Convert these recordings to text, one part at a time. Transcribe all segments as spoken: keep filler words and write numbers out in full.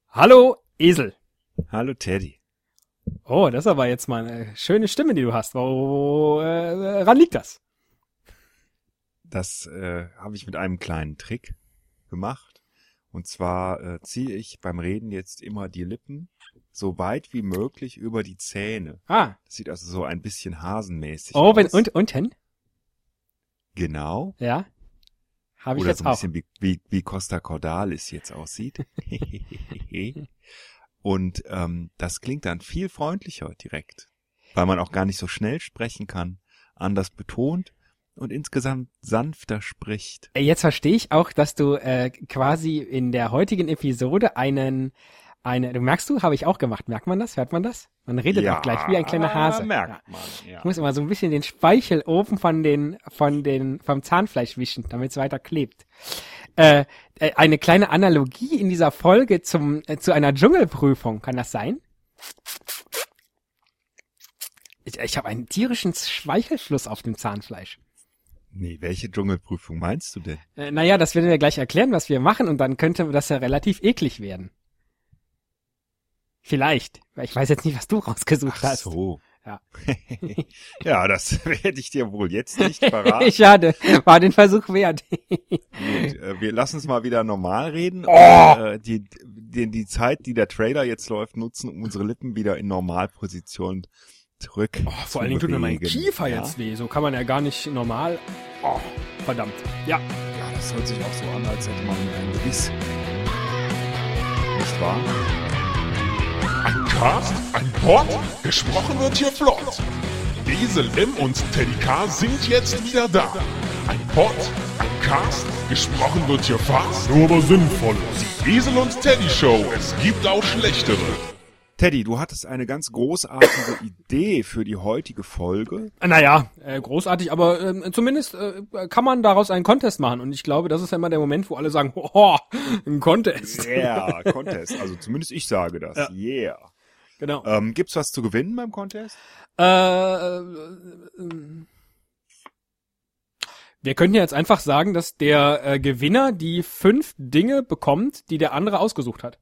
Hallo, Esel. Hallo, Teddy. Oh, das ist aber jetzt mal eine schöne Stimme, die du hast. Wo, äh, ran liegt das? Das äh, habe ich mit einem kleinen Trick gemacht. Und zwar äh, ziehe ich beim Reden jetzt immer die Lippen so weit wie möglich über die Zähne. Ah. Das sieht also so ein bisschen hasenmäßig Oh, aus. wenn, und, unten? Genau. Ja. Habe ich Oder jetzt so ein auch. bisschen wie, wie, wie Costa Cordalis jetzt aussieht. Und ähm, das klingt dann viel freundlicher direkt, weil man auch gar nicht so schnell sprechen kann, anders betont und insgesamt sanfter spricht. Jetzt verstehe ich auch, dass du äh, quasi in der heutigen Episode einen, eine, du merkst du, habe ich auch gemacht. Merkt man das? Hört man das? Man redet Ja, auch gleich wie ein kleiner Hase. merkt Ja. man, ja. Ich muss immer so ein bisschen den Speichel oben von den, von den, vom Zahnfleisch wischen, damit es weiter klebt. Äh, äh, eine kleine Analogie in dieser Folge zum, äh, zu einer Dschungelprüfung. Kann das sein? Ich, ich habe einen tierischen Speichelfluss auf dem Zahnfleisch. Nee, welche Dschungelprüfung meinst du denn? Äh, naja, das werden wir gleich erklären, was wir machen, und dann könnte das ja relativ eklig werden. Vielleicht. Weil ich weiß jetzt nicht, was du rausgesucht Ach hast. so. Ja. Ja, das werde ich dir wohl jetzt nicht verraten. Schade, war den Versuch wert. Gut, äh, wir lassen es mal wieder normal reden. Oh! Und, äh, die, die, die Zeit, die der Trailer jetzt läuft, nutzen, um unsere Lippen wieder in Normalposition zurück Oh, vor allen Dingen tut mir mein bewegen. Kiefer Ja? jetzt weh. So kann man ja gar nicht normal. Oh, verdammt. Ja. Ja, das hört sich auch so an, als hätte man ein Gewiss. Nicht wahr? Ein Cast, ein Pod, gesprochen wird hier flott. Esel M und Teddy K sind jetzt wieder da. Ein Pod, ein Cast, gesprochen wird hier fast, nur aber sinnvoll. Die Esel und Teddy Show, es gibt auch schlechtere. Teddy, du hattest eine ganz großartige Idee für die heutige Folge. Naja, äh, großartig, aber äh, zumindest äh, kann man daraus einen Contest machen. Und ich glaube, das ist ja immer der Moment, wo alle sagen, oh, ein Contest. Yeah, Contest. Also zumindest ich sage das. Ja. Yeah. Genau. Ähm, gibt's was zu gewinnen beim Contest? Äh, äh, äh, wir könnten ja jetzt einfach sagen, dass der äh, Gewinner die fünf Dinge bekommt, die der andere ausgesucht hat.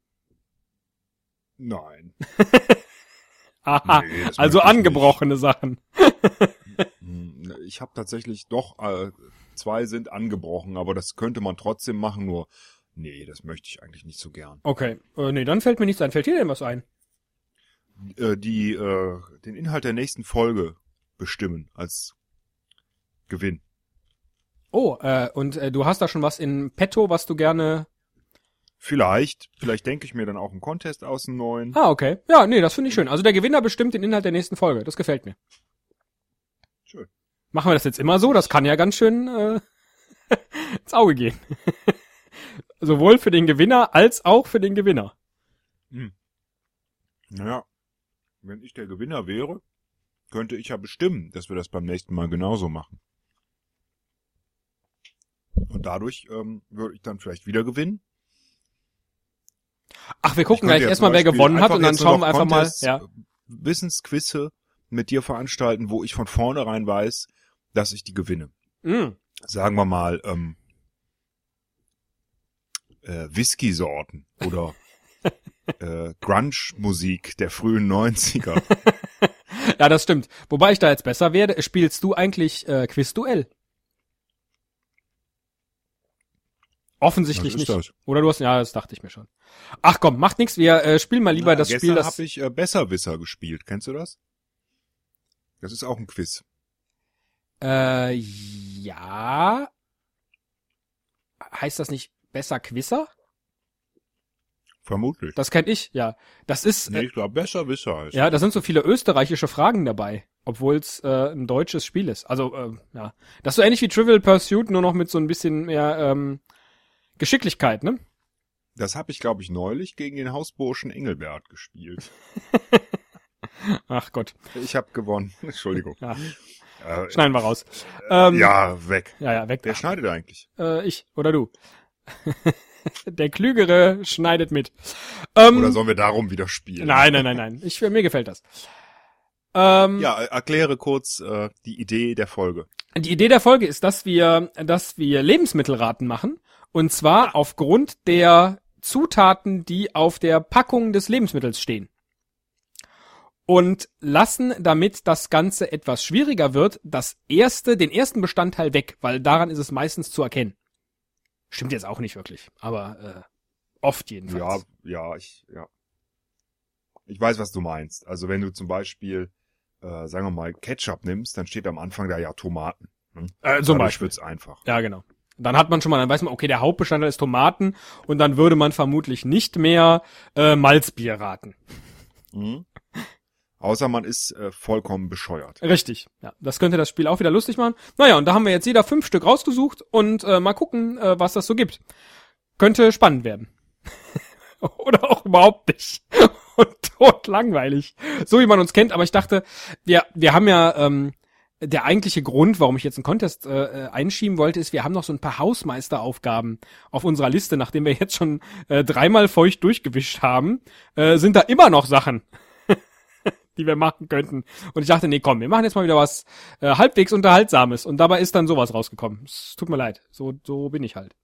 Nein. Aha, Nee, das also möchte ich angebrochene Sachen. Hm, Ich habe tatsächlich doch, äh, zwei sind angebrochen, aber das könnte man trotzdem machen, nur, nee, das möchte ich eigentlich nicht so gern. Okay, äh, nee, dann fällt mir nichts ein. Fällt dir denn was ein? Äh, die, äh, den Inhalt der nächsten Folge bestimmen als Gewinn. Oh, äh, und äh, du hast da schon was in petto, was du gerne... Vielleicht, vielleicht denke ich mir dann auch einen Contest aus dem neuen. Ah, okay. Ja, nee, das finde ich schön. Also der Gewinner bestimmt den Inhalt der nächsten Folge. Das gefällt mir. Schön. Machen wir das jetzt immer so? Das kann ja ganz schön äh, ins Auge gehen. Sowohl für den Gewinner als auch für den Gewinner. Hm. Naja, wenn ich der Gewinner wäre, könnte ich ja bestimmen, dass wir das beim nächsten Mal genauso machen. Und dadurch ähm, würde ich dann vielleicht wieder gewinnen. Ach, wir gucken Ich könnte gleich ja erstmal, zum wer Beispiel gewonnen hat, einfach und dann jetzt nur schauen wir noch einfach mal. Contests, Ja. Wissensquizze mit dir veranstalten, wo ich von vornherein weiß, dass ich die gewinne. Mm. Sagen wir mal ähm, äh, Whisky-Sorten oder äh, Grunge-Musik der frühen neunziger. Ja, das stimmt. Wobei ich da jetzt besser werde, spielst du eigentlich äh, Quizduell? Offensichtlich Was ist nicht. das? Oder du hast, ja, das dachte ich mir schon. Ach komm, macht nix, wir äh, spielen mal lieber Na, das Spiel, gestern das... habe ich äh, Besserwisser gespielt. Kennst du das? Das ist auch ein Quiz. Äh, ja. Heißt das nicht besser Quizzer? Vermutlich. Das kenn ich, ja. Das ist, Nee, äh, ich glaube, Besserwisser heißt. ja, da sind so viele österreichische Fragen dabei, obwohl es äh, ein deutsches Spiel ist. Also, äh, ja. Das ist so ähnlich wie Trivial Pursuit, nur noch mit so ein bisschen mehr ähm, Geschicklichkeit, ne? Das habe ich, glaube ich, neulich gegen den Hausburschen Engelbert gespielt. Ach Gott. Ich habe gewonnen. Entschuldigung. Ja. Äh, Schneiden wir raus. Ähm, ja, weg. Ja, ja, weg. Wer schneidet eigentlich? Äh, ich oder du. Der Klügere schneidet mit. Ähm, Oder sollen wir darum wieder spielen? nein, nein, nein, nein. Ich, mir gefällt das. Ähm, Ja, erkläre kurz äh, die Idee der Folge. Die Idee der Folge ist, dass wir, dass wir Lebensmittelraten machen. Und zwar aufgrund der Zutaten, die auf der Packung des Lebensmittels stehen. Und lassen, damit das Ganze etwas schwieriger wird, das erste, den ersten Bestandteil weg, weil daran ist es meistens zu erkennen. Stimmt jetzt auch nicht wirklich, aber äh, oft jedenfalls. Ja, ja, ich, ja. Ich weiß, was du meinst. Also wenn du zum Beispiel, äh, sagen wir mal, Ketchup nimmst, dann steht am Anfang da ja Tomaten. Ne? Äh, zum Beispiel. Wird's einfach. Ja, genau. Dann hat man schon mal, dann weiß man, okay, der Hauptbestandteil ist Tomaten und dann würde man vermutlich nicht mehr äh, Malzbier raten. Mhm. Außer man ist äh, vollkommen bescheuert. Richtig, ja. Das könnte das Spiel auch wieder lustig machen. Naja, und da haben wir jetzt jeder fünf Stück rausgesucht und äh, mal gucken, äh, was das so gibt. Könnte spannend werden. Oder auch überhaupt nicht. Und tot langweilig. So wie man uns kennt, aber ich dachte, wir, wir haben ja, ähm, der eigentliche Grund, warum ich jetzt einen Contest äh, einschieben wollte, ist, wir haben noch so ein paar Hausmeisteraufgaben auf unserer Liste, nachdem wir jetzt schon äh, dreimal feucht durchgewischt haben, äh, sind da immer noch Sachen, die wir machen könnten. Und ich dachte, nee, komm, wir machen jetzt mal wieder was äh, halbwegs Unterhaltsames. Und dabei ist dann sowas rausgekommen. Es tut mir leid, so so bin ich halt.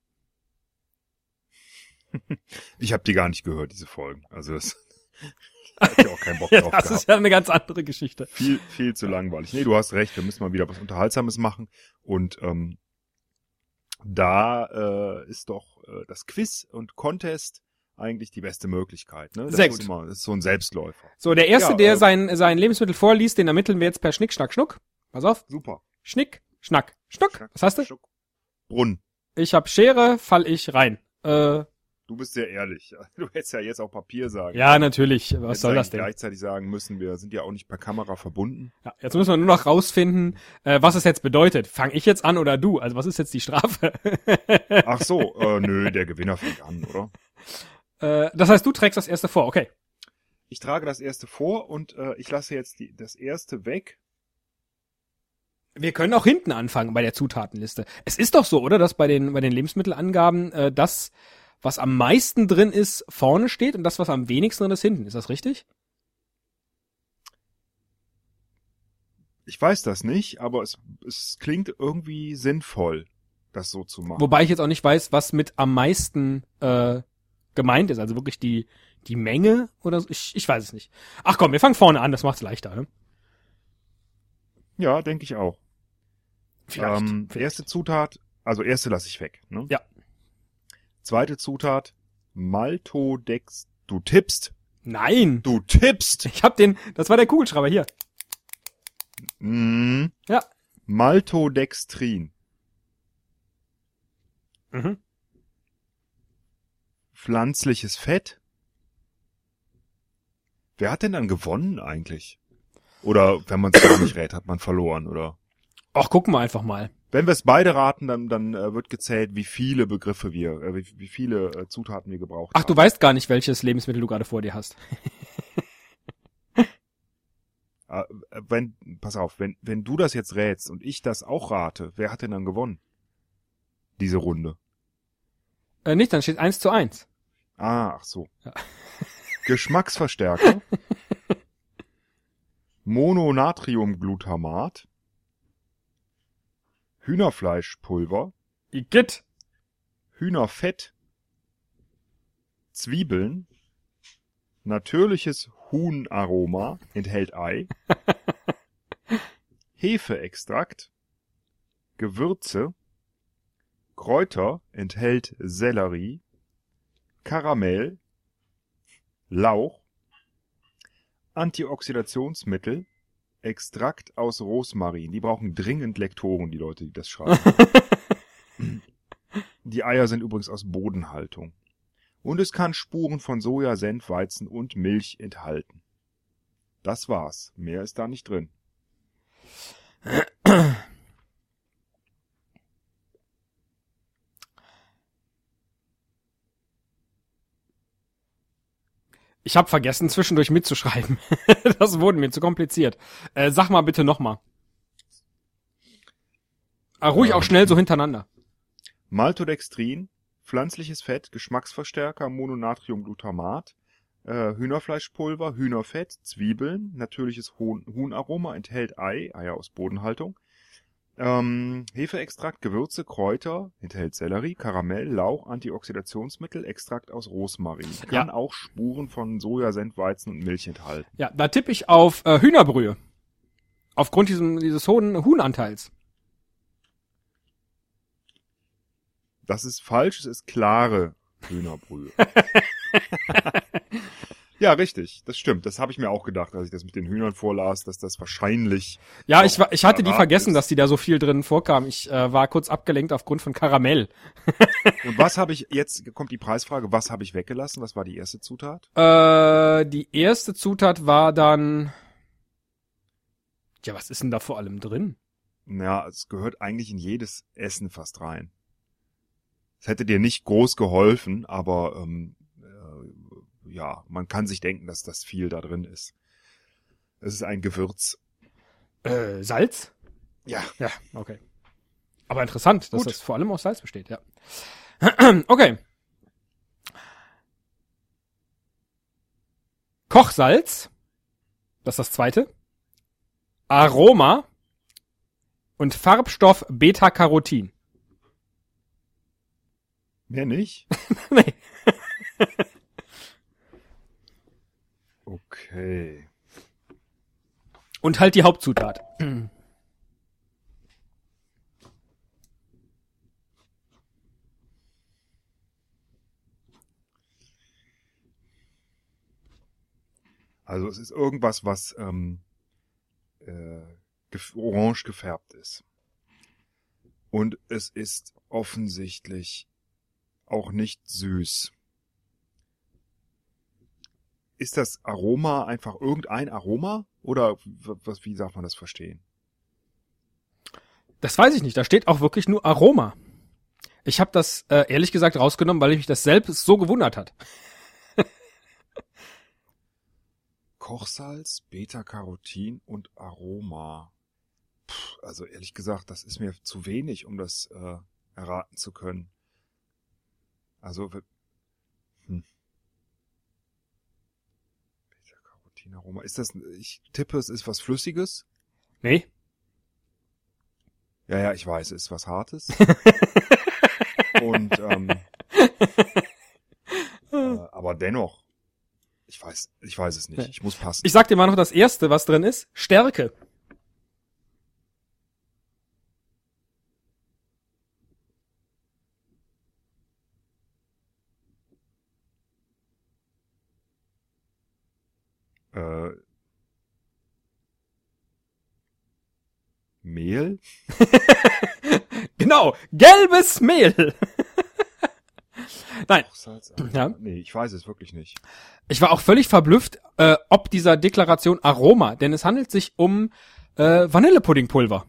Ich habe die gar nicht gehört, diese Folgen. Also das da hab ich auch keinen Bock drauf Das gehabt. ist ja eine ganz andere Geschichte. Viel, viel zu langweilig. Nee, du hast recht, wir müssen mal wieder was Unterhaltsames machen. Und ähm, da äh, ist doch äh, das Quiz und Contest eigentlich die beste Möglichkeit. Ne? Das Sehr ist gut. Immer, das ist so ein Selbstläufer. So, der Erste, Ja, der äh, sein sein Lebensmittel vorliest, den ermitteln wir jetzt per Schnick, Schnack, Schnuck. Pass auf. Super. Schnick, Schnack, Schnuck. Schnack, Was hast du? Schnuck. Brunnen. Ich hab Schere, fall ich rein. Äh, Du bist sehr ehrlich. Du hättest ja jetzt auch Papier sagen. ja, natürlich. Was Hättest soll das eigentlich denn? Gleichzeitig sagen müssen, wir sind ja auch nicht per Kamera verbunden. Ja, jetzt müssen wir nur noch rausfinden, äh, was es jetzt bedeutet. Fang ich jetzt an oder du? Also was ist jetzt die Strafe? Ach so, äh, nö, der Gewinner fängt an, oder? äh, das heißt, du trägst das erste vor, okay. Ich trage das erste vor und äh, ich lasse jetzt die, das erste weg. Wir können auch hinten anfangen bei der Zutatenliste. Es ist doch so, oder, dass bei den bei den Lebensmittelangaben äh, das, was am meisten drin ist, vorne steht und das, was am wenigsten drin ist, hinten. Ist das richtig? Ich weiß das nicht, aber es, es klingt irgendwie sinnvoll, das so zu machen. Wobei ich jetzt auch nicht weiß, was mit am meisten äh, gemeint ist. Also wirklich die die Menge oder so. Ich, ich weiß es nicht. Ach komm, wir fangen vorne an, das macht's leichter, ne? Ja, denke ich auch. Vielleicht, Ähm, vielleicht. Erste Zutat, also erste lasse ich weg. Ne? Ja. Zweite Zutat, Maltodex. Du tippst. Nein! Du tippst. Ich hab den, das war der Kugelschreiber hier. Mm, Ja. Maltodextrin. Mhm. Pflanzliches Fett. Wer hat denn dann gewonnen eigentlich? Oder wenn man es gar nicht rät, hat man verloren, oder? Ach, gucken wir einfach mal. Wenn wir es beide raten, dann, dann äh, wird gezählt, wie viele Begriffe wir, äh, wie, wie viele äh, Zutaten wir gebraucht Ach, haben. du weißt gar nicht, welches Lebensmittel du gerade vor dir hast. Äh, wenn, pass auf, wenn, wenn du das jetzt rätst und ich das auch rate, wer hat denn dann gewonnen? Diese Runde. Äh, nicht, dann steht eins zu eins. Ah, ach so. Ja. Geschmacksverstärker. Mononatriumglutamat. Hühnerfleischpulver. Igitt. Hühnerfett. Zwiebeln. Natürliches Huhnaroma, enthält Ei. Hefeextrakt. Gewürze. Kräuter, enthält Sellerie. Karamell. Lauch. Antioxidationsmittel. Extrakt aus Rosmarin. Die brauchen dringend Lektoren, die Leute, die das schreiben. Die Eier sind übrigens aus Bodenhaltung. Und es kann Spuren von Soja, Senf, Weizen und Milch enthalten. Das war's. Mehr ist da nicht drin. Ich habe vergessen, zwischendurch mitzuschreiben. Das wurde mir zu kompliziert. Äh, sag mal bitte nochmal. Ah, ruhig Ähm. auch schnell so hintereinander. Maltodextrin, pflanzliches Fett, Geschmacksverstärker, Mononatriumglutamat, äh, Hühnerfleischpulver, Hühnerfett, Zwiebeln, natürliches Huhn Huhnaroma, enthält Ei, Eier aus Bodenhaltung, Ähm, Hefeextrakt, Gewürze, Kräuter, enthält Sellerie, Karamell, Lauch, Antioxidationsmittel, Extrakt aus Rosmarin. Kann Ja. auch Spuren von Soja, Senf, Weizen und Milch enthalten. Ja, da tippe ich auf äh, Hühnerbrühe. Aufgrund diesem, dieses hohen Huhnanteils. Das ist falsch, es ist klare Hühnerbrühe. Ja, richtig, das stimmt. Das habe ich mir auch gedacht, als ich das mit den Hühnern vorlas, dass das wahrscheinlich... Ja, ich, war- ich hatte die Verrat vergessen, ist. dass die da so viel drin vorkam. Ich äh, war kurz abgelenkt aufgrund von Karamell. Und was habe ich, jetzt kommt die Preisfrage, was habe ich weggelassen? Was war die erste Zutat? Äh, die erste Zutat war dann... Ja, was ist denn da vor allem drin? Ja, es gehört eigentlich in jedes Essen fast rein. Es hätte dir nicht groß geholfen, aber ähm, äh, ja, man kann sich denken, dass das viel da drin ist. Es ist ein Gewürz. Äh, Salz? Ja. Ja, okay. Aber interessant, dass Gut. das vor allem aus Salz besteht, ja. Okay. Kochsalz. Das ist das zweite. Aroma. Und Farbstoff Beta-Carotin. Mehr nicht? Nee. Okay. Und halt die Hauptzutat. Also es ist irgendwas, was ähm, äh, gef- orange gefärbt ist. Und es ist offensichtlich auch nicht süß. Ist das Aroma einfach irgendein Aroma? Oder w- was, wie darf man das verstehen? Das weiß ich nicht. Da steht auch wirklich nur Aroma. Ich habe das äh, ehrlich gesagt rausgenommen, weil ich mich das selbst so gewundert hat. Kochsalz, Beta-Carotin und Aroma. Puh, also ehrlich gesagt, das ist mir zu wenig, um das äh, erraten zu können. Also, w- hm. Beta-Carotin, Aroma. Ist das, ich tippe, es ist was Flüssiges? Nee. Ja, ja, ich weiß, es ist was Hartes. Und, ähm, äh, aber dennoch, ich weiß, ich weiß es nicht. Ich muss passen. Ich sag dir mal noch das erste, was drin ist. Stärke. Äh, Mehl? Genau, gelbes Mehl. Nein, Kochsalz? Ja. Nee, ich weiß es wirklich nicht. ich war auch völlig verblüfft, äh, ob dieser Deklaration Aroma, denn es handelt sich um äh, Vanillepuddingpulver.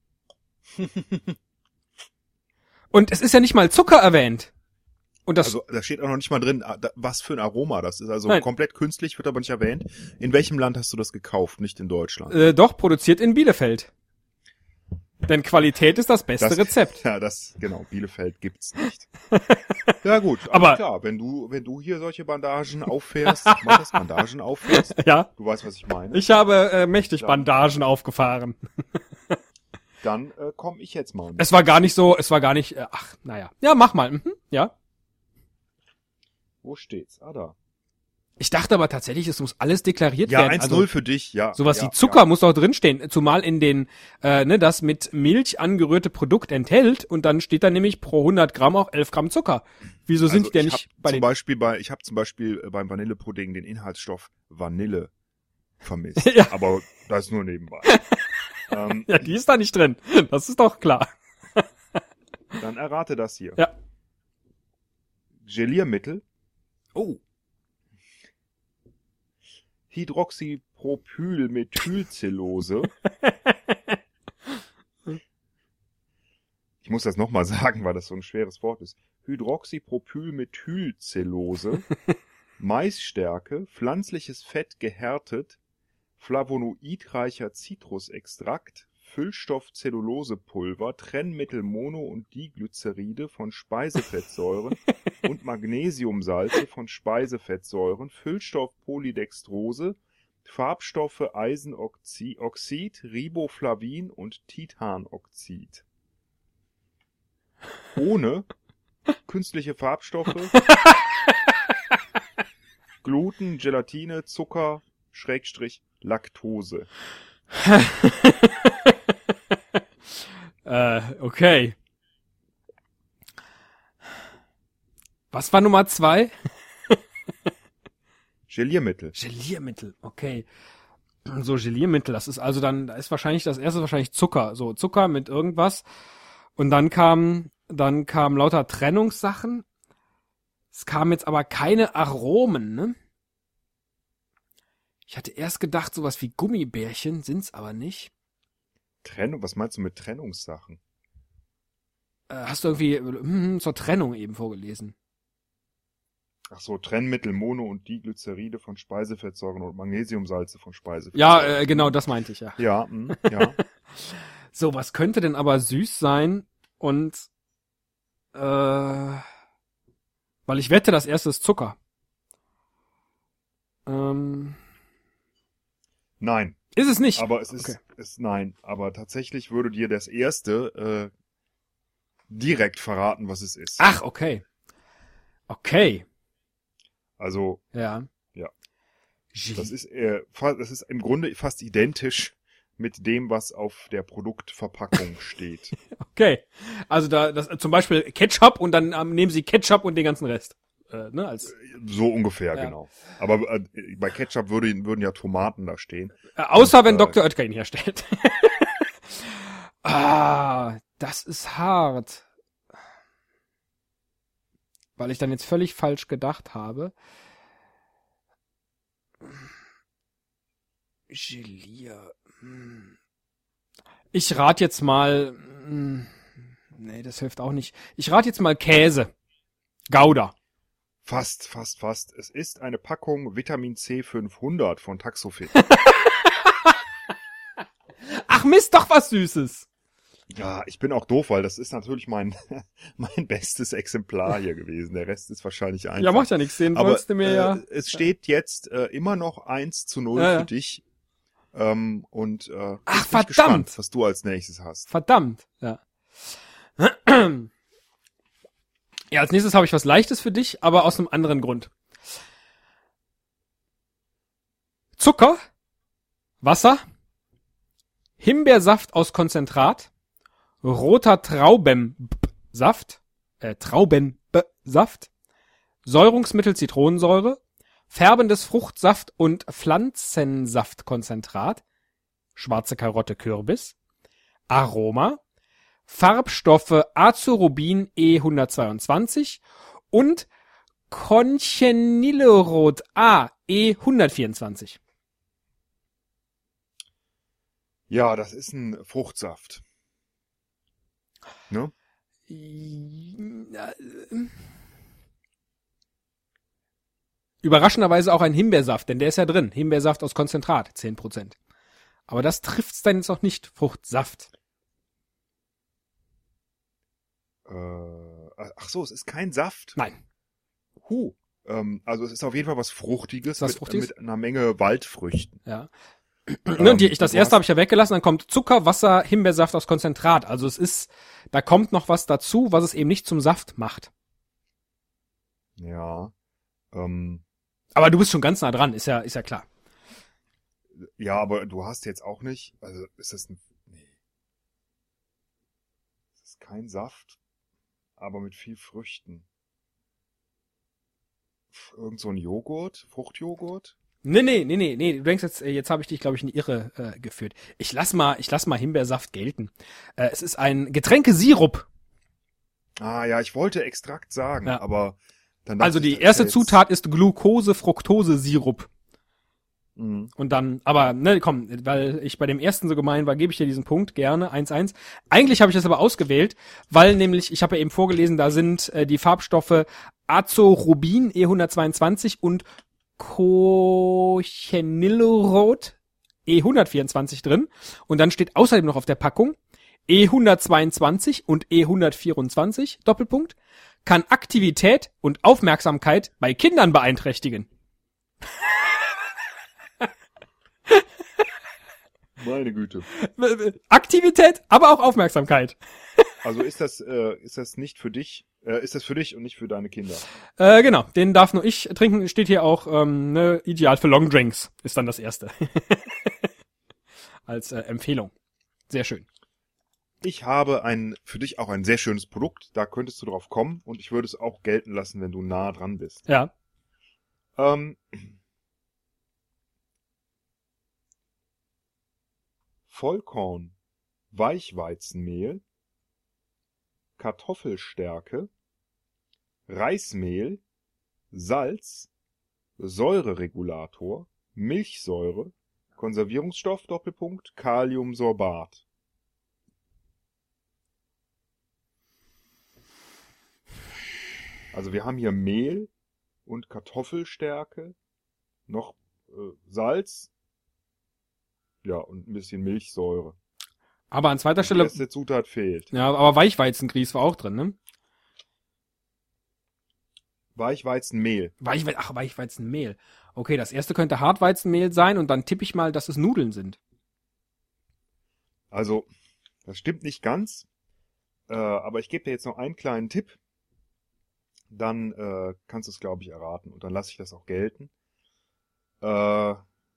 Und es ist ja nicht mal Zucker erwähnt. Und das, Also da steht auch noch nicht mal drin, ah, da- was für ein Aroma das ist. Also Nein. komplett künstlich, wird aber nicht erwähnt. In welchem Land hast du das gekauft? Nicht in Deutschland. äh, doch produziert in Bielefeld. Denn Qualität ist das beste Das- Rezept. Ja, das, genau, Bielefeld gibt's nicht. Ja gut, aber Aber- klar, wenn du, wenn du hier solche Bandagen auffährst, sag mal das, Bandagen auffährst, Ja, du weißt, was ich meine, ich habe äh, mächtig Ja. Bandagen aufgefahren. dann äh, komme ich jetzt mal. Es war gar nicht so, es war gar nicht, äh, ach, naja. Ja, mach mal. Mhm, ja. Wo steht's? Ah, da. Ich dachte aber tatsächlich, es muss alles deklariert Ja, werden. eins Also, null für dich, ja. sowas ja, wie Zucker Ja. muss doch drinstehen, zumal in den, äh, ne, das mit Milch angerührte Produkt enthält und dann steht da nämlich pro hundert Gramm auch elf Gramm Zucker. Wieso sind Also die denn ich nicht hab bei zum den... Beispiel bei, ich habe zum Beispiel äh, beim Vanillepudding den Inhaltsstoff Vanille vermisst. Ja. Aber das nur nebenbei. ähm, Ja, die ist da nicht drin. Das ist doch klar. dann errate das hier. Ja. Geliermittel, Oh. Hydroxypropylmethylcellulose. Ich muss das nochmal sagen, weil das so ein schweres Wort ist. Hydroxypropylmethylcellulose, Maisstärke, pflanzliches Fett gehärtet, flavonoidreicher Zitrusextrakt, Füllstoff Zellulosepulver, Trennmittel Mono- und Diglyceride von Speisefettsäuren und Magnesiumsalze von Speisefettsäuren, Füllstoff Polydextrose, Farbstoffe Eisenoxid, Riboflavin und Titanoxid. Ohne künstliche Farbstoffe, Gluten, Gelatine, Zucker, Schrägstrich, Laktose. äh, okay. Was war Nummer zwei? Geliermittel. Geliermittel, okay. So, Geliermittel, das ist also dann, da ist wahrscheinlich, das erste wahrscheinlich Zucker. So, Zucker mit irgendwas. Und dann kam, dann kam lauter Trennungssachen. Es kamen jetzt aber keine Aromen, ne? Ich hatte erst gedacht, sowas wie Gummibärchen, sind's aber nicht. Trennung, was meinst du mit Trennungssachen? Äh, hast du irgendwie hm, zur Trennung eben vorgelesen? Ach so, Trennmittel, Mono- und Diglyceride von Speisefettsäuren und Magnesiumsalze von Speisefettsäuren. Ja, äh, genau, das meinte ich, ja. Ja, mh, ja. So, was könnte denn aber süß sein und äh, weil ich wette, das erste ist Zucker. Ähm, Nein. Ist es nicht? Aber es ist, Okay. ist, nein, aber tatsächlich würde dir das erste äh, direkt verraten, was es ist. Ach, okay. Okay, Also, ja. Ja. Gel- das ist, äh, fa- das ist im Grunde fast identisch mit dem, was auf der Produktverpackung steht. Okay, also da das zum Beispiel Ketchup und dann ähm, nehmen sie Ketchup und den ganzen Rest. Äh, ne, als So ungefähr, Ja. genau. Aber äh, bei Ketchup würde, würden ja Tomaten da stehen. äh, außer wenn äh, Doktor Oetker ihn herstellt. Ah, das ist hart. Weil ich dann jetzt völlig falsch gedacht habe. Gelier. hm. Ich rate jetzt mal. hm, Nee, das hilft auch nicht. Ich rate jetzt mal Käse. Gouda. Fast, fast, fast. Es ist eine Packung Vitamin C fünfhundert von Taxofit. Ach Mist, doch was Süßes. Ja, ich bin auch doof, weil das ist natürlich mein mein bestes Exemplar hier gewesen. Der Rest ist wahrscheinlich einfach. Ja, macht ja nichts. Den Aber wolltest du mir äh, ja. es steht jetzt äh, immer noch eins zu null Ja, ja. für dich. Ähm, und äh, Ach, ich bin verdammt. gespannt, was du als nächstes hast. Verdammt. Ja. Ja, als nächstes habe ich was Leichtes für dich, aber aus einem anderen Grund. Zucker, Wasser, Himbeersaft aus Konzentrat, roter Traubensaft, äh, Traubensaft, Säurungsmittel Zitronensäure, färbendes Fruchtsaft und Pflanzensaftkonzentrat, schwarze Karotte Kürbis, Aroma, Farbstoffe Azorubin E hundertzweiundzwanzig und Conchenillerot A E hundertvierundzwanzig. Ja, das ist ein Fruchtsaft. Ne? Überraschenderweise auch ein Himbeersaft, denn der ist ja drin. Himbeersaft aus Konzentrat, zehn Prozent. Aber das trifft's dann jetzt noch nicht. Fruchtsaft. Äh, ach so, es ist kein Saft. Nein. Huh. Ähm, also es ist auf jeden Fall was Fruchtiges, Was mit, Fruchtiges? mit einer Menge Waldfrüchten. Ja. Ähm, Ne, und die, ich, das du erste hast- habe ich ja weggelassen, dann kommt Zucker, Wasser, Himbeersaft aus Konzentrat. Also es ist, da kommt noch was dazu, was es eben nicht zum Saft macht. Ja. Ähm, Aber du bist schon ganz nah dran, ist ja, ist ja klar. ja, aber du hast jetzt auch nicht, also ist das ein, nee. Das ist kein Saft, aber mit viel Früchten. Pff, Irgend so ein Joghurt, Fruchtjoghurt? Nee, nee, nee, nee, nee, du denkst jetzt, äh, jetzt habe ich dich, glaube ich, in die Irre äh, geführt. Ich lass mal, ich lass mal Himbeersaft gelten. Äh, es ist ein Getränkesirup. Ah ja, ich wollte Extrakt sagen, Ja. aber dann dachte Also ich, die das erste ist ja Zutat ist Glucose-Fructose-Sirup. Jetzt, mh. Und dann, aber, ne, komm, weil ich bei dem ersten so gemein war, gebe ich dir diesen Punkt gerne, eins eins. Eigentlich habe ich das aber ausgewählt, weil nämlich, ich habe ja eben vorgelesen, da sind äh, die Farbstoffe Azorubin E hundertzweiundzwanzig und Conchenillerot E hundertvierundzwanzig drin. Und dann steht außerdem noch auf der Packung E hundertzweiundzwanzig und E hundertvierundzwanzig, Doppelpunkt, kann Aktivität und Aufmerksamkeit bei Kindern beeinträchtigen. Meine Güte. Aktivität, aber auch Aufmerksamkeit. Also ist das, äh, ist das nicht für dich, äh, ist das für dich und nicht für deine Kinder? Äh, genau, den darf nur ich trinken. Steht hier auch, ähm, ne, ideal für Long Drinks ist dann das erste. Als äh, Empfehlung. Sehr schön. Ich habe ein, für dich auch ein sehr schönes Produkt, da könntest du drauf kommen und ich würde es auch gelten lassen, wenn du nah dran bist. Ja. Ähm, Vollkorn, Weichweizenmehl, Kartoffelstärke, Reismehl, Salz, Säureregulator, Milchsäure, Konservierungsstoff, Doppelpunkt, Kaliumsorbat. Also wir haben hier Mehl und Kartoffelstärke, noch äh, Salz, ja, und ein bisschen Milchsäure. Aber an zweiter Die Stelle, erste Zutat fehlt. ja, aber Weichweizengrieß war auch drin, ne? Weichweizenmehl. Weichwe Ach, Weichweizenmehl. Okay, das erste könnte Hartweizenmehl sein und dann tippe ich mal, dass es Nudeln sind. Also, das stimmt nicht ganz, äh, aber ich gebe dir jetzt noch einen kleinen Tipp. Dann äh, kannst du es, glaube ich, erraten. Und dann lasse ich das auch gelten. Äh,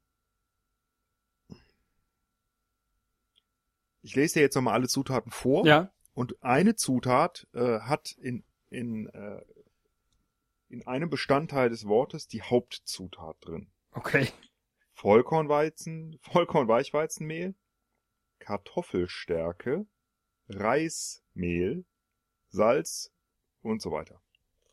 ich lese dir jetzt nochmal alle Zutaten vor. Ja. Und eine Zutat äh, hat in, in, äh, in einem Bestandteil des Wortes die Hauptzutat drin. Okay. Vollkornweizen, Vollkornweichweizenmehl, Kartoffelstärke, Reismehl, Salz und so weiter.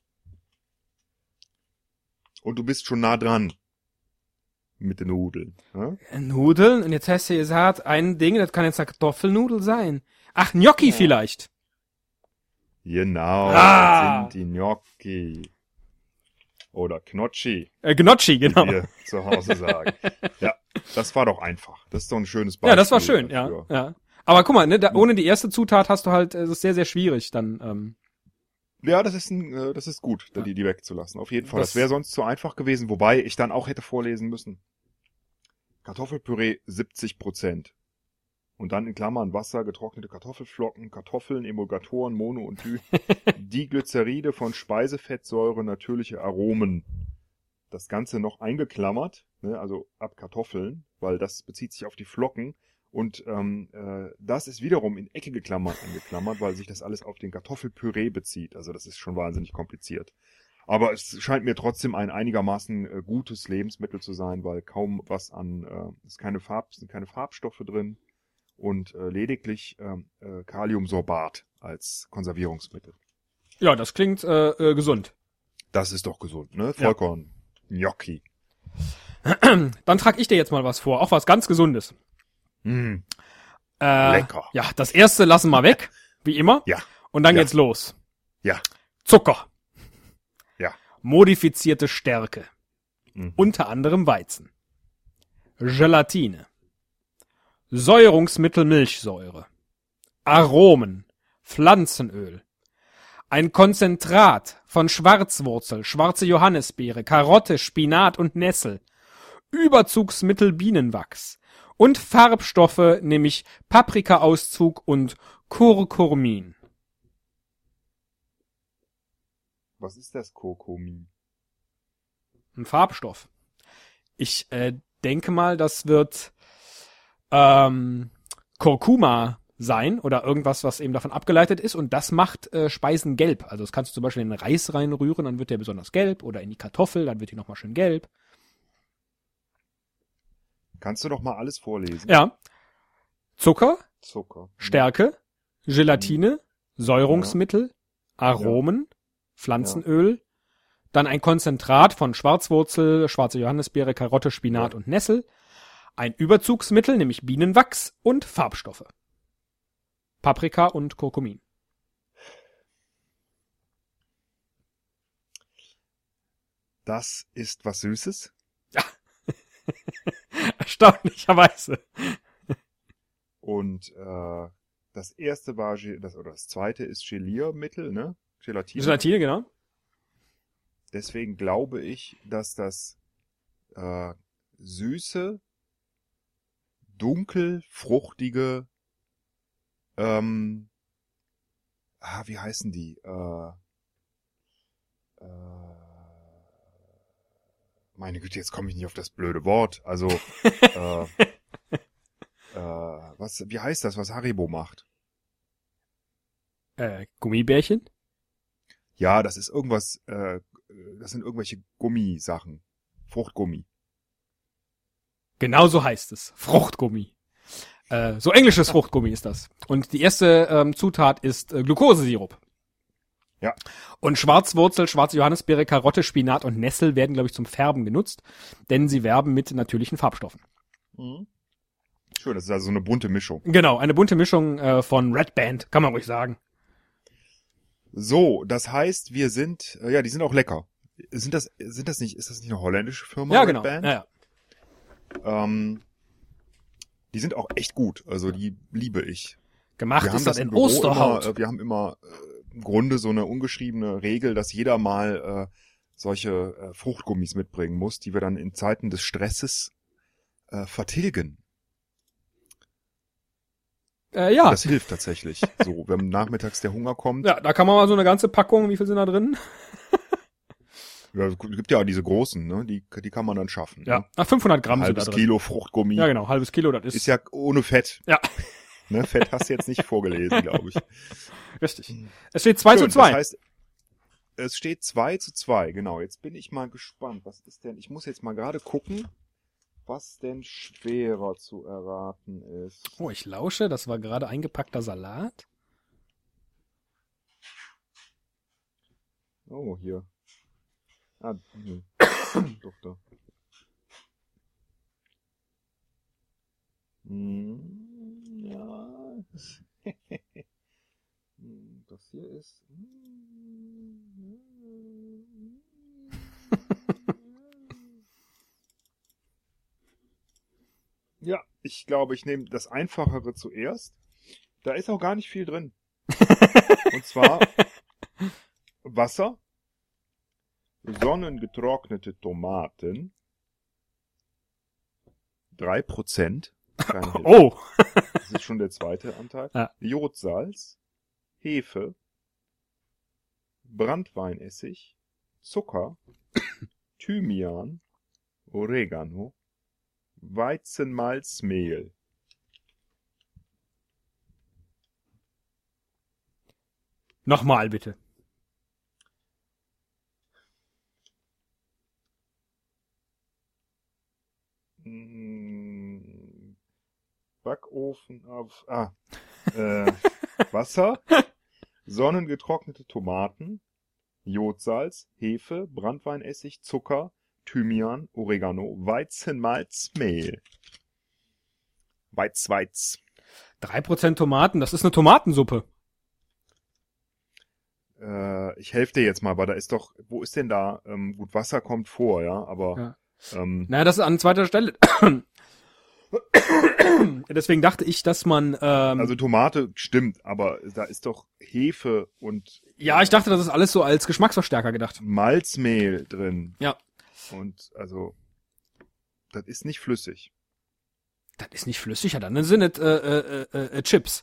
Und du bist schon nah dran mit den Nudeln. Ja? Nudeln? Und jetzt hast du gesagt, ein Ding, das kann jetzt eine Kartoffelnudel sein. Ach, Gnocchi Ja. vielleicht. Genau, Ah. das sind die Gnocchi. Oder Gnocchi, Äh, Gnocchi, genau. wie wir zu Hause sagen. Ja, das war doch einfach. Das ist doch ein schönes Beispiel. Ja, das war schön, ja, dafür. ja. Aber guck mal, ne, da, ohne die erste Zutat hast du halt, es ist sehr, sehr schwierig dann, ähm, Ja, das ist ein, äh, das ist gut, Ja. die, die wegzulassen. Auf jeden Fall. Das- Das, wäre sonst zu einfach gewesen, wobei ich dann auch hätte vorlesen müssen. Kartoffelpüree siebzig Prozent. Und dann in Klammern Wasser, getrocknete Kartoffelflocken, Kartoffeln, Emulgatoren, Mono und Di, Diglyceride von Speisefettsäure, natürliche Aromen. Das Ganze noch eingeklammert, ne, also ab Kartoffeln, weil das bezieht sich auf die Flocken. Und ähm, äh, das ist wiederum in eckige Klammern angeklammert, weil sich das alles auf den Kartoffelpüree bezieht. Also das ist schon wahnsinnig kompliziert. Aber es scheint mir trotzdem ein einigermaßen äh, gutes Lebensmittel zu sein, weil kaum was an, äh, ist keine Farb, sind keine Farbstoffe drin und äh, lediglich ähm, äh, Kaliumsorbat als Konservierungsmittel. ja, das klingt äh, äh, gesund. Das ist doch gesund, ne? Vollkorn, Gnocchi. Dann trage ich dir jetzt mal was vor, auch was ganz Gesundes. Mm. Äh, Lecker. Ja, das erste lassen wir weg, wie immer. Ja. Und dann Ja. geht's los. Ja. Zucker. Ja. Modifizierte Stärke. Mhm. Unter anderem Weizen. Gelatine. Säurungsmittel Milchsäure. Aromen. Pflanzenöl. Ein Konzentrat von Schwarzwurzel, schwarze Johannisbeere, Karotte, Spinat und Nessel. Überzugsmittel Bienenwachs. Und Farbstoffe, nämlich Paprikaauszug und Curcumin. Was ist das Kurkumin? Ein Farbstoff. Ich äh, denke mal, das wird ähm, Kurkuma sein oder irgendwas, was eben davon abgeleitet ist und das macht äh, Speisen gelb. Also das kannst du zum Beispiel in den Reis reinrühren, dann wird der besonders gelb oder in die Kartoffel, dann wird die nochmal schön gelb. Kannst du doch mal alles vorlesen? Ja. Zucker, Zucker. Stärke, Gelatine, Säurungsmittel, Aromen, Pflanzenöl, dann ein Konzentrat von Schwarzwurzel, schwarze Johannisbeere, Karotte, Spinat Ja. und Nessel, ein Überzugsmittel, nämlich Bienenwachs und Farbstoffe. Paprika und Kurkumin. Das ist was Süßes. Erstaunlicherweise. Und äh, das erste war, Ge- das, oder das zweite ist Geliermittel, ne? Gelatine. Gelatine, genau. Deswegen glaube ich, dass das äh, süße dunkel, fruchtige, ähm, ah, wie heißen die? Äh, äh, meine Güte, jetzt komme ich nicht auf das blöde Wort. Also, äh, äh, was, wie heißt das, was Haribo macht? Äh, Gummibärchen? Ja, das ist irgendwas, äh, das sind irgendwelche Gummisachen. Fruchtgummi. Genau so heißt es. Fruchtgummi. Äh, so englisches Fruchtgummi ist das. Und die erste ähm, Zutat ist äh, Glukosesirup. Ja. Und Schwarzwurzel, schwarze Johannisbeere, Karotte, Spinat und Nessel werden, glaube ich, zum Färben genutzt, denn sie werben mit natürlichen Farbstoffen. Mhm. Schön, das ist also so eine bunte Mischung. Genau, eine bunte Mischung äh, von Red Band, kann man ruhig sagen. So, das heißt, wir sind, äh, ja, die sind auch lecker. Sind das, sind das nicht, ist das nicht eine holländische Firma? Ja, Red genau. Band? Ja, ja. Ähm, die sind auch echt gut, also die liebe ich. Gemacht Wir haben ist das das in im Büro Osterhaut. Immer, äh, wir haben immer äh, im Grunde so eine ungeschriebene Regel, dass jeder mal äh, solche äh, Fruchtgummis mitbringen muss, die wir dann in Zeiten des Stresses äh, vertilgen. Äh, ja. Das hilft tatsächlich. So, wenn nachmittags der Hunger kommt. Ja, da kann man mal so eine ganze Packung, wie viel sind da drin? Ja, es gibt ja auch diese großen, ne? Die, die kann man dann schaffen. Ja, Ne? nach fünfhundert Gramm Ein sind da halbes drin. Kilo Fruchtgummi. Ja, genau, halbes Kilo, das ist, Ist ja ohne Fett. Ja. Ne? Fett hast du jetzt nicht vorgelesen, glaube ich. richtig. Es steht zwei Schön, zu zwei. Das heißt, es steht zwei zu zwei, genau. Jetzt bin ich mal gespannt. Was ist denn, ich muss jetzt mal gerade gucken, was denn schwerer zu erraten ist. Oh, ich lausche, das war gerade eingepackter Salat. Oh, hier. Ah, nee. Doch, da. Hm, ja. Das hier ist. Ja, ich glaube, ich nehme das Einfachere zuerst. Da ist auch gar nicht viel drin. Und zwar Wasser, sonnengetrocknete Tomaten, drei Prozent. Oh! Das ist schon der zweite Anteil. Ja. Jodsalz, Hefe, Branntweinessig, Zucker, Thymian, Oregano, Weizenmalzmehl. Nochmal bitte. Mm, Backofen auf, ah, äh, Wasser, sonnengetrocknete Tomaten, Jodsalz, Hefe, Branntweinessig, Zucker, Thymian, Oregano, Weizenmalzmehl. Weiz, Weiz. Drei Prozent Tomaten, das ist eine Tomatensuppe. Äh, ich helfe dir jetzt mal, weil da ist doch, wo ist denn da, ähm, gut, Wasser kommt vor, ja, aber, Ja. ähm, Naja, das ist an zweiter Stelle. Deswegen dachte ich, dass man, ähm, also Tomate stimmt, aber da ist doch Hefe und ja, ich dachte, das ist alles so als Geschmacksverstärker gedacht. Malzmehl drin. Ja. Und also, das ist nicht flüssig. Das ist nicht flüssig, ja, dann sind es äh, äh, äh, äh, Chips.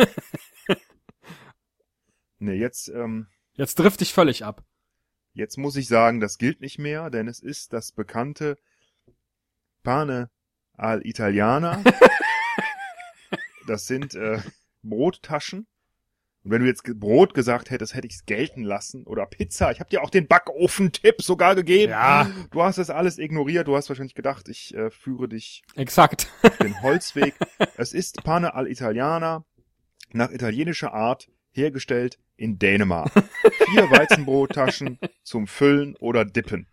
Ne, jetzt, ähm, Jetzt trifft dich völlig ab. jetzt muss ich sagen, das gilt nicht mehr, denn es ist das bekannte Pane al Italiana. Das sind äh, Brottaschen. Und wenn du jetzt ge- Brot gesagt hättest, hätte ich es gelten lassen. Oder Pizza. Ich habe dir auch den Backofen-Tipp sogar gegeben. Ja. Du hast das alles ignoriert. Du hast wahrscheinlich gedacht, ich äh, führe dich Exakt. den Holzweg. Es ist Pane al Italiana, nach italienischer Art, hergestellt in Dänemark. Vier Weizenbrottaschen zum Füllen oder Dippen.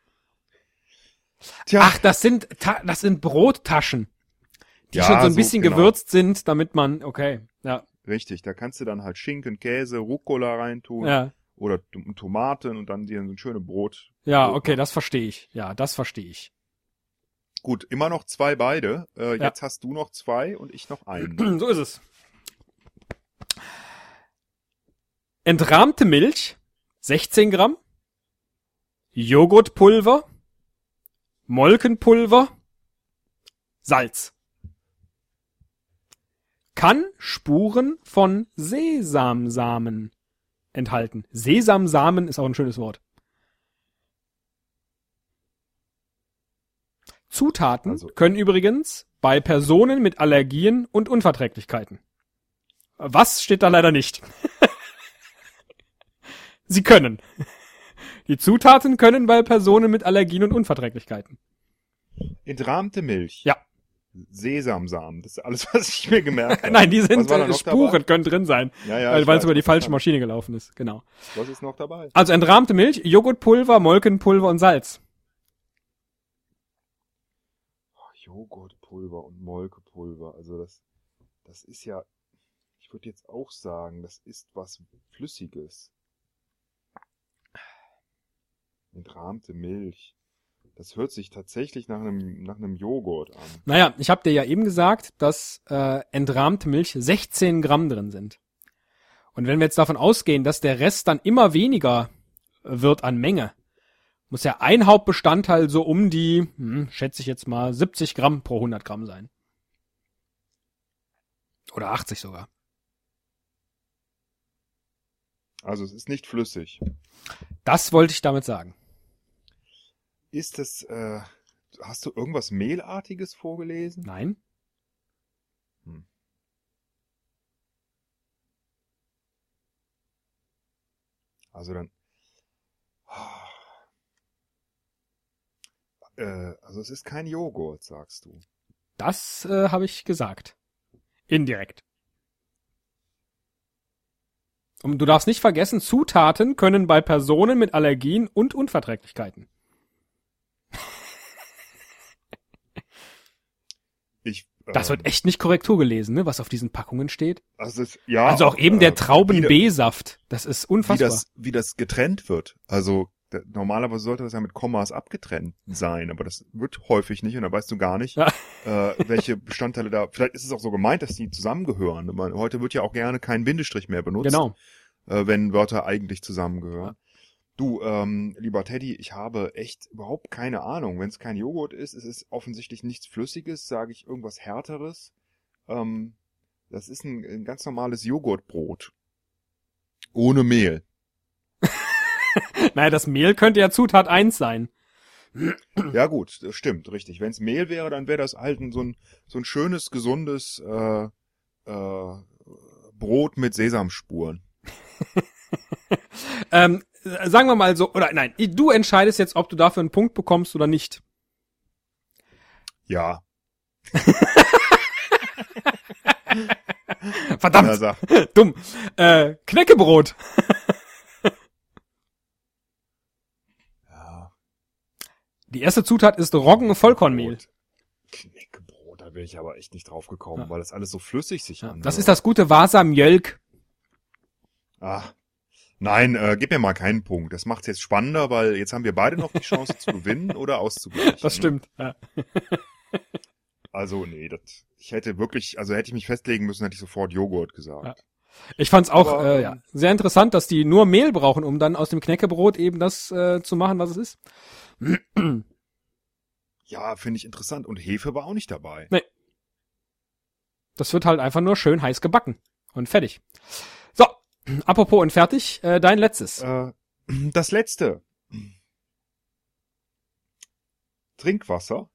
Tja, Ach, das sind Ta- das sind Brottaschen, die Ja, schon so ein so, bisschen genau. gewürzt sind, damit man, okay, ja, richtig, da kannst du dann halt Schinken, Käse, Rucola reintun ja, oder T- Tomaten und dann dir so ein schönes Brot. ja, Brot okay, machen. das verstehe ich. Ja, das verstehe ich. Gut, immer noch zwei beide. Äh, Ja. Jetzt hast du noch zwei und ich noch einen. So ist es. Entrahmte Milch, sechzehn Gramm. Joghurtpulver. Molkenpulver. Salz. kann Spuren von Sesamsamen enthalten. Sesamsamen ist auch ein schönes Wort. Zutaten Also- können übrigens bei Personen mit Allergien und Unverträglichkeiten. Was steht da leider nicht. Sie können. Die Zutaten können bei Personen mit Allergien und Unverträglichkeiten. Entrahmte Milch. Ja. Sesamsamen. Das ist alles, was ich mir gemerkt habe. Nein, die sind Was war da äh, noch Spuren, dabei? können drin sein, Ja, ja, weil ich weil es weiß, über die was falsche da- Maschine gelaufen ist. Genau. Was ist noch dabei? Also entrahmte Milch, Joghurtpulver, Molkenpulver und Salz. Oh, Joghurtpulver und Molkepulver. Also das, das ist ja, ich würde jetzt auch sagen, das ist was Flüssiges. Entrahmte Milch. Das hört sich tatsächlich nach einem, nach einem Joghurt an. Naja, ich habe dir ja eben gesagt, dass äh, entrahmte Milch sechzehn Gramm drin sind. Und wenn wir jetzt davon ausgehen, dass der Rest dann immer weniger wird an Menge, muss ja ein Hauptbestandteil so um die, hm, schätze ich jetzt mal, siebzig Gramm pro hundert Gramm sein. Oder achtzig sogar. Also es ist nicht flüssig. Das wollte ich damit sagen. Ist es, äh, hast du irgendwas Mehlartiges vorgelesen? Nein? Also dann, äh, also es ist kein Joghurt, sagst du. Das äh, habe ich gesagt. Indirekt. Und du darfst nicht vergessen, Zutaten können bei Personen mit Allergien und Unverträglichkeiten. Ich, Das ähm, wird echt nicht Korrektur gelesen, ne, was auf diesen Packungen steht. also, es, ja, Also auch eben äh, der wie, Trauben-B-Saft. Das ist wie unfassbar. das, wie das getrennt wird. Also da, normalerweise sollte das ja mit Kommas abgetrennt sein, aber das wird häufig nicht und da weißt du gar nicht, Ja. äh, welche Bestandteile da. Vielleicht ist es auch so gemeint, dass die zusammengehören. Man, heute wird ja auch gerne kein Bindestrich mehr benutzt, Genau. äh, wenn Wörter eigentlich zusammengehören. Du, ähm, lieber Teddy, ich habe echt überhaupt keine Ahnung. Wenn es kein Joghurt ist, es ist offensichtlich nichts Flüssiges, sage ich irgendwas Härteres. Ähm, das ist ein, ein ganz normales Joghurtbrot. Ohne Mehl. Naja, das Mehl könnte ja Zutat eins sein. Ja gut, das stimmt, richtig. Wenn es Mehl wäre, dann wäre das halt ein, so, ein, so ein schönes, gesundes äh, äh, Brot mit Sesamspuren. Ähm, sagen wir mal so, oder nein, du entscheidest jetzt, ob du dafür einen Punkt bekommst oder nicht. Ja. Verdammt, Na, sag. dumm. Äh, Knäckebrot. Ja. Die erste Zutat ist Roggen-Vollkornmehl. Brot. Knäckebrot, da bin ich aber echt nicht drauf gekommen, Ja. weil das alles so flüssig sich Ja, anhört. das ist das gute Vasa-Mjölk. Ah. Nein, äh, gib mir mal keinen Punkt. Das macht's jetzt spannender, weil jetzt haben wir beide noch die Chance zu gewinnen oder auszugleichen. Das stimmt. Ja. Also, nee, das, ich hätte wirklich, also hätte ich mich festlegen müssen, hätte ich sofort Joghurt gesagt. Ja. Ich fand's auch Aber, äh, ähm, ja, sehr interessant, dass die nur Mehl brauchen, um dann aus dem Knäckebrot eben das äh, zu machen, was es ist. Ja, finde ich interessant. Und Hefe war auch nicht dabei. Das wird halt einfach nur schön heiß gebacken. Und fertig. So, apropos und fertig, äh, dein letztes. Äh, das letzte. Trinkwasser.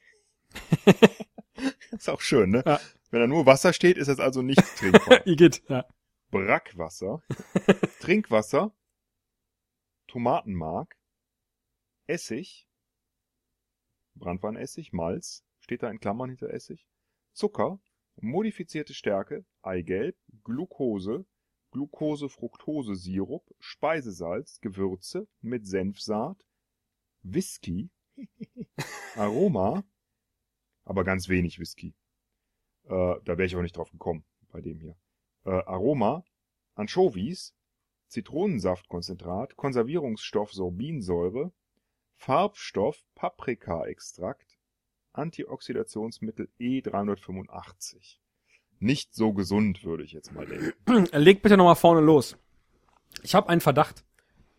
Ist auch schön, ne? Ja. Wenn da nur Wasser steht, ist es also nicht trinkbar. Igitt, ja. Brackwasser. Trinkwasser. Tomatenmark. Essig. Branntweinessig, Malz. Steht da in Klammern hinter Essig. Zucker. Modifizierte Stärke. Eigelb. Glucose. Glucose-Fructose-Sirup. Speisesalz. Gewürze. Mit Senfsaat. Whisky. Aroma. Aber ganz wenig Whisky. Äh, da wäre ich auch nicht drauf gekommen, bei dem hier. Äh, Aroma, Anchovies, Zitronensaftkonzentrat, Konservierungsstoff Sorbinsäure, Farbstoff Paprikaextrakt, Antioxidationsmittel E dreihundertfünfundachtzig. Nicht so gesund, würde ich jetzt mal denken. Leg bitte nochmal vorne los. Ich habe einen Verdacht.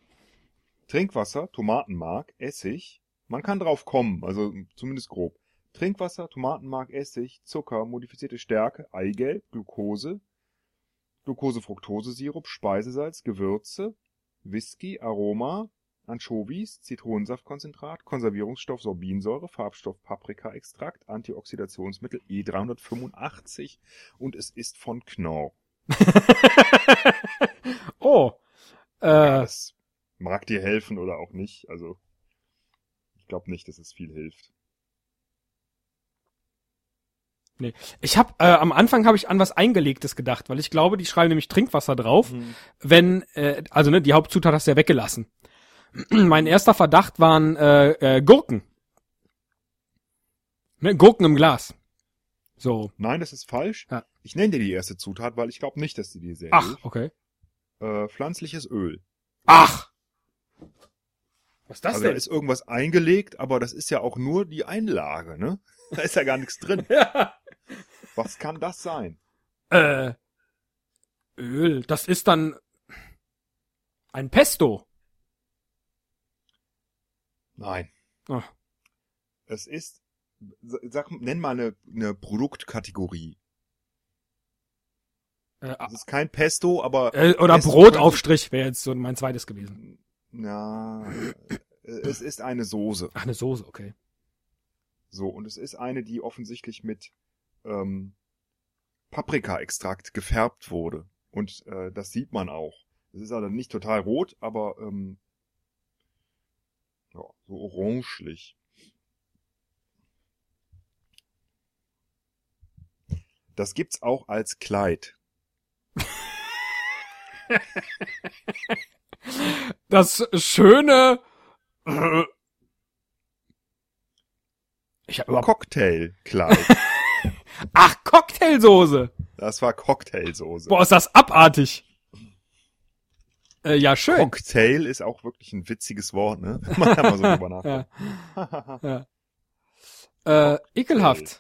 Trinkwasser, Tomatenmark, Essig. Man kann drauf kommen, also zumindest grob. Trinkwasser, Tomatenmark, Essig, Zucker, modifizierte Stärke, Eigelb, Glucose, Glucose-Fructose-Sirup, Speisesalz, Gewürze, Whisky, Aroma, Anchovies, Zitronensaftkonzentrat, Konservierungsstoff Sorbinsäure, Farbstoff Paprikaextrakt, Antioxidationsmittel E dreihundertfünfundachtzig und es ist von Knorr. Oh. Äh, Ja, das mag dir helfen oder auch nicht. Also ich glaube nicht, dass es viel hilft. nee. Ich habe äh, am Anfang habe ich an was Eingelegtes gedacht, weil ich glaube, die schreiben nämlich Trinkwasser drauf, wenn, äh, also ne, die Hauptzutat hast du ja weggelassen. Mein erster Verdacht waren äh, äh, Gurken. Ne, Gurken im Glas. So. Nein, das ist falsch. Ja. Ich nenne dir die erste Zutat, weil ich glaube nicht, dass die dir sehr Ach, hilft. okay. Äh, pflanzliches Öl. Ach! Was ist das Also da denn? ist irgendwas eingelegt, aber das ist ja auch nur die Einlage, ne? Da ist ja gar nichts drin. Ja. Was kann das sein? Äh, Öl. Das ist dann ein Pesto. Nein. Oh. Es ist, sag, nenn mal eine, eine Produktkategorie. Äh, Es ist kein Pesto, aber äh, oder Pesto Brotaufstrich wäre jetzt so mein zweites gewesen. na, es ist eine Soße. Ach, eine Soße, okay. So, und es ist eine, die offensichtlich mit ähm, Paprikaextrakt gefärbt wurde. Und äh, das sieht man auch. Es ist also nicht total rot, aber ähm, ja, so orangelich. Das gibt's auch als Kleid. Das schöne. Ich hab überhaupt. Cocktailkleid. Ach, Cocktailsoße. Das war Cocktailsoße. Boah, ist das abartig. Äh, ja, schön. Cocktail ist auch wirklich ein witziges Wort, ne? Man kann mal so drüber Ja. nachdenken. ja. Äh, ekelhaft.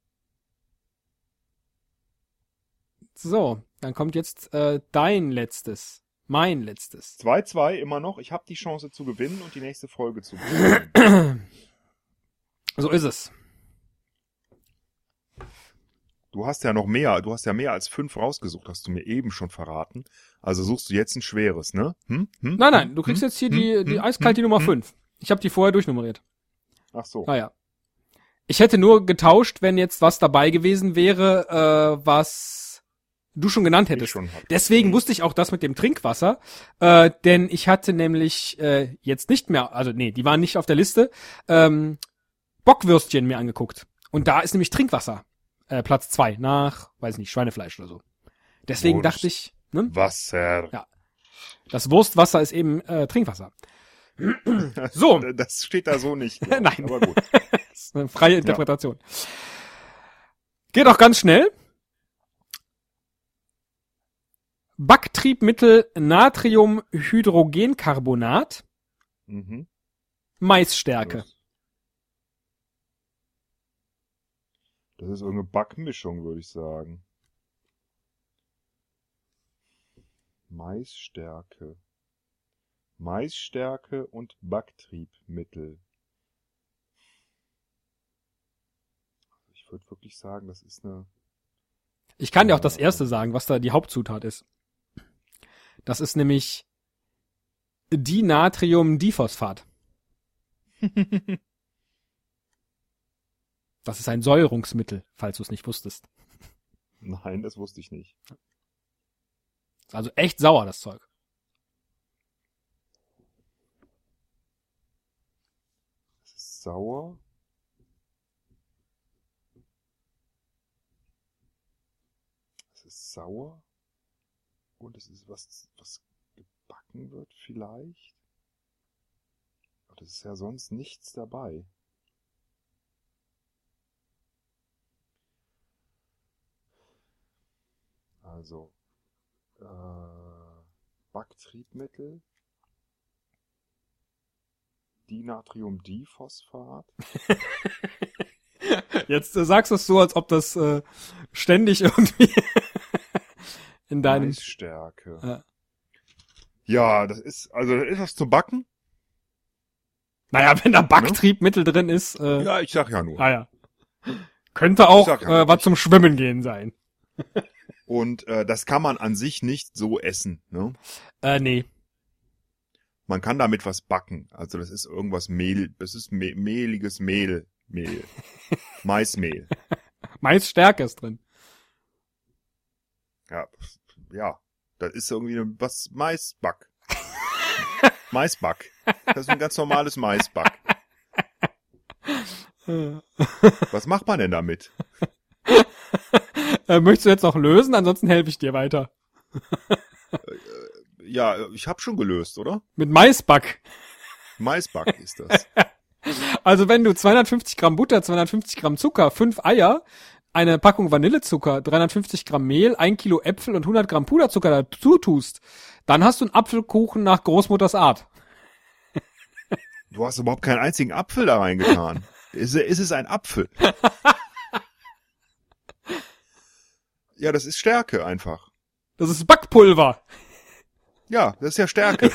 So, dann kommt jetzt äh, dein letztes. Mein letztes. zwei zwei immer noch. Ich habe die Chance zu gewinnen und die nächste Folge zu gewinnen. So ist es. Du hast ja noch mehr. Du hast ja mehr als fünf rausgesucht, hast du mir eben schon verraten. Also suchst du jetzt ein schweres, ne? Hm? Hm? Nein, nein, Hm? du kriegst Hm? jetzt hier Hm? die, die Hm? eiskalte Hm? Nummer Hm? fünf. Ich habe die vorher durchnummeriert. Ach so. Ah ja. Ich hätte nur getauscht, wenn jetzt was dabei gewesen wäre, äh, was du schon genannt Ich hättest. schon hab. Deswegen wusste ich auch das mit dem Trinkwasser, äh, denn ich hatte nämlich äh, jetzt nicht mehr, also nee, die waren nicht auf der Liste, ähm, Bockwürstchen mir angeguckt. Und da ist nämlich Trinkwasser äh, Platz zwei nach, weiß nicht, Schweinefleisch oder so. Deswegen Wurst. dachte ich, ne, Wasser. Ja. das Wurstwasser ist eben äh, Trinkwasser. So. Das steht da so nicht. glaub ich, Nein. Aber gut. Das ist eine freie Interpretation. Geht auch ganz schnell. Backtriebmittel Natriumhydrogencarbonat, Mhm. Maisstärke. Das, das ist irgendeine Backmischung, würde ich sagen. Maisstärke. Maisstärke und Backtriebmittel. Ich würde wirklich sagen, das ist eine... Ich kann dir auch das erste sagen, was da die Hauptzutat ist. Das ist nämlich Dinatriumdiphosphat. Das ist ein Säuerungsmittel, falls du es nicht wusstest. Nein, das wusste ich nicht. Ist also echt sauer, das Zeug. Es ist sauer. Es ist sauer. Und es ist was, was gebacken wird vielleicht. Aber das ist ja sonst nichts dabei. Also, äh, Backtriebmittel, Dinatriumdiphosphat. Jetzt äh, sagst du es so, als ob das äh, ständig irgendwie in deinem... Maisstärke. Ja. Ja, das ist, also ist das zu backen? Naja, wenn da Backtriebmittel drin ist... Äh, Ja, ich sag ja nur. Ah ja. Könnte auch sag ja äh, nicht. was zum Schwimmen gehen sein. Und äh, das kann man an sich nicht so essen. Ne? Äh, nee. Man kann damit was backen. Also das ist irgendwas Mehl, das ist me mehliges Mehl. Mehl. Maismehl. Maisstärke ist drin. Ja, ja. Das ist irgendwie was Maisback. Maisback. Das ist ein ganz normales Maisback. Was macht man denn damit? Äh, möchtest du jetzt noch lösen? Ansonsten helfe ich dir weiter. Ja, ich habe schon gelöst, oder? Mit Maisback. Maisback ist das. Also wenn du zweihundertfünfzig Gramm Butter, zweihundertfünfzig Gramm Zucker, fünf Eier, eine Packung Vanillezucker, dreihundertfünfzig Gramm Mehl, ein Kilo Äpfel und hundert Gramm Puderzucker dazu tust, dann hast du einen Apfelkuchen nach Großmutters Art. Du hast überhaupt keinen einzigen Apfel da reingetan. Ist, ist es ein Apfel? Ja, das ist Stärke einfach. Das ist Backpulver. Ja, das ist ja Stärke.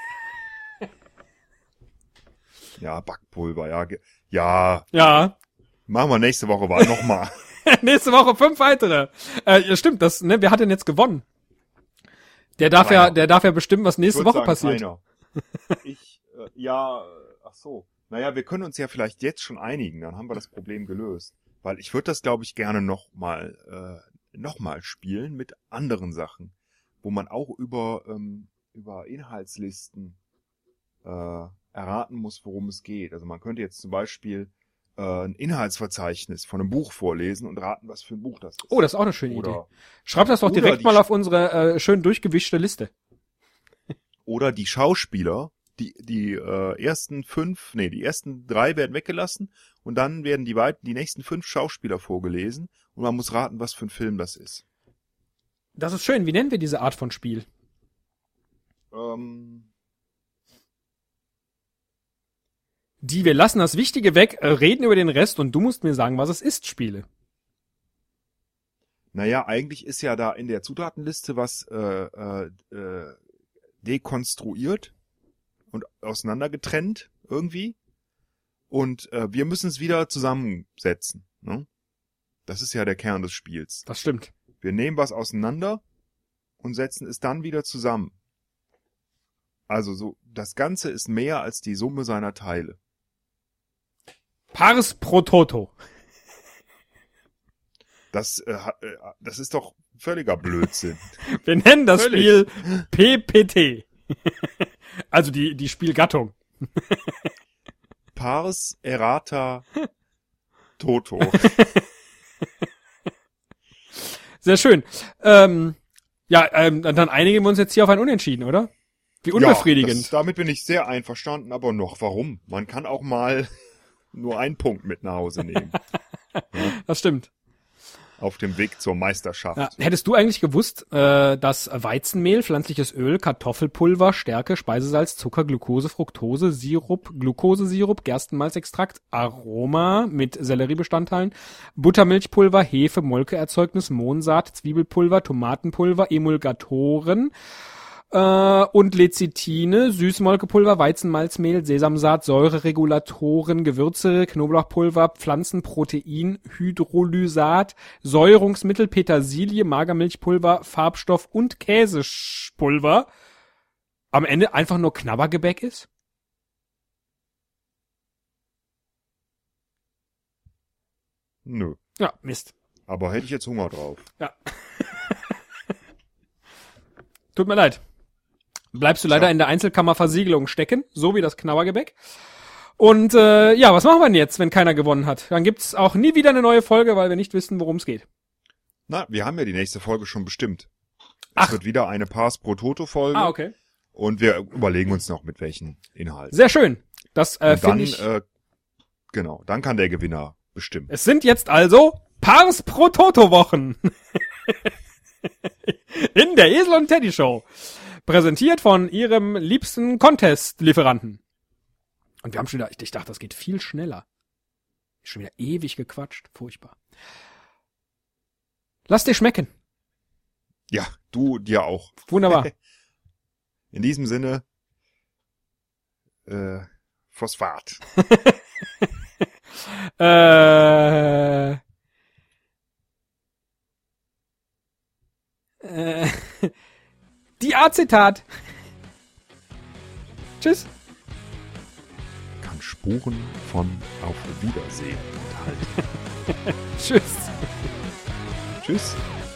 Ja, Backpulver, ja. ge- Ja, Ja. machen wir nächste Woche mal nochmal. Nächste Woche fünf weitere. Äh, ja, stimmt, das, ne, wer hat denn jetzt gewonnen? Der darf ja, Keiner. der darf ja bestimmen, was Ich nächste würd Woche sagen, passiert. keiner. Ich, äh, ja, äh, ach so. Naja, wir können uns ja vielleicht jetzt schon einigen, dann haben wir das Problem gelöst. Weil ich würde das, glaube ich, gerne nochmal, äh, nochmal spielen mit anderen Sachen, wo man auch über, ähm, über Inhaltslisten, äh, erraten muss, worum es geht. Also man könnte jetzt zum Beispiel äh, ein Inhaltsverzeichnis von einem Buch vorlesen und raten, was für ein Buch das ist. Oh, das ist auch eine schöne Idee. oder, Schreib das doch oder direkt die mal Sch- auf unsere äh, schön durchgewischte Liste. oder die Schauspieler, die die äh, ersten fünf, nee, die ersten drei werden weggelassen und dann werden die weit, die nächsten fünf Schauspieler vorgelesen und man muss raten, was für ein Film das ist. Das ist schön. Wie nennen wir diese Art von Spiel? Ähm, Die wir lassen das Wichtige weg, äh, reden über den Rest und du musst mir sagen, was es ist, Spiele. naja, eigentlich ist ja da in der Zutatenliste was äh, äh, äh, dekonstruiert und auseinandergetrennt irgendwie. Und äh, wir müssen es wieder zusammensetzen. Ne? Das ist ja der Kern des Spiels. Das stimmt. Wir nehmen was auseinander und setzen es dann wieder zusammen. Also so, das Ganze ist mehr als die Summe seiner Teile. Pars pro Toto. Das, äh, ha- äh, das ist doch völliger Blödsinn. Wir nennen das Völlig. Spiel P P T. Also die, die Spielgattung. Pars errata toto. Sehr schön. Ähm, ja, ähm, dann einigen wir uns jetzt hier auf ein Unentschieden, oder? Wie unbefriedigend. Ja, das, damit bin ich sehr einverstanden, aber noch, warum? Man kann auch mal nur einen Punkt mit nach Hause nehmen. Das stimmt. Auf dem Weg zur Meisterschaft. Ja, hättest du eigentlich gewusst, äh, dass Weizenmehl, pflanzliches Öl, Kartoffelpulver, Stärke, Speisesalz, Zucker, Glucose, Fructose, Sirup, Glukosesirup, Gerstenmalzextrakt, Aroma mit Selleriebestandteilen, Buttermilchpulver, Hefe, Molkeerzeugnis, Mohnsaat, Zwiebelpulver, Tomatenpulver, Emulgatoren äh, und Lecithine, Süßmolkepulver, Weizenmalzmehl, Sesamsaat, Säureregulatoren, Gewürze, Knoblauchpulver, Pflanzenprotein, Hydrolysat, Säurungsmittel, Petersilie, Magermilchpulver, Farbstoff und Käsepulver am Ende einfach nur Knabbergebäck ist? Nö. Ja, Mist. Aber hätte ich jetzt Hunger drauf. Ja. Tut mir leid. Bleibst du leider Tja. in der Einzelkammerversiegelung stecken, so wie das Knabbergebäck. Und äh, ja, was machen wir denn jetzt, wenn keiner gewonnen hat? Dann gibt's auch nie wieder eine neue Folge, weil wir nicht wissen, worum es geht. Na, wir haben ja die nächste Folge schon bestimmt. Ach. Es wird wieder eine Pars pro Toto Folge. Ah, okay. Und wir überlegen uns noch mit welchen Inhalten. Sehr schön. Das äh, Und dann, finde ich. äh, genau, dann kann der Gewinner bestimmen. Es sind jetzt also Pars pro Toto Wochen. In der Esel und Teddy Show. Präsentiert von ihrem liebsten Contest-Lieferanten. Und wir haben schon wieder, ich dachte, das geht viel schneller. Schon wieder ewig gequatscht. Furchtbar. Lass dir schmecken. Ja, du dir auch. Wunderbar. In diesem Sinne, äh, Phosphat. äh, A-Zitat. Tschüss. Kann Spuren von Auf Wiedersehen enthalten. Tschüss. Tschüss.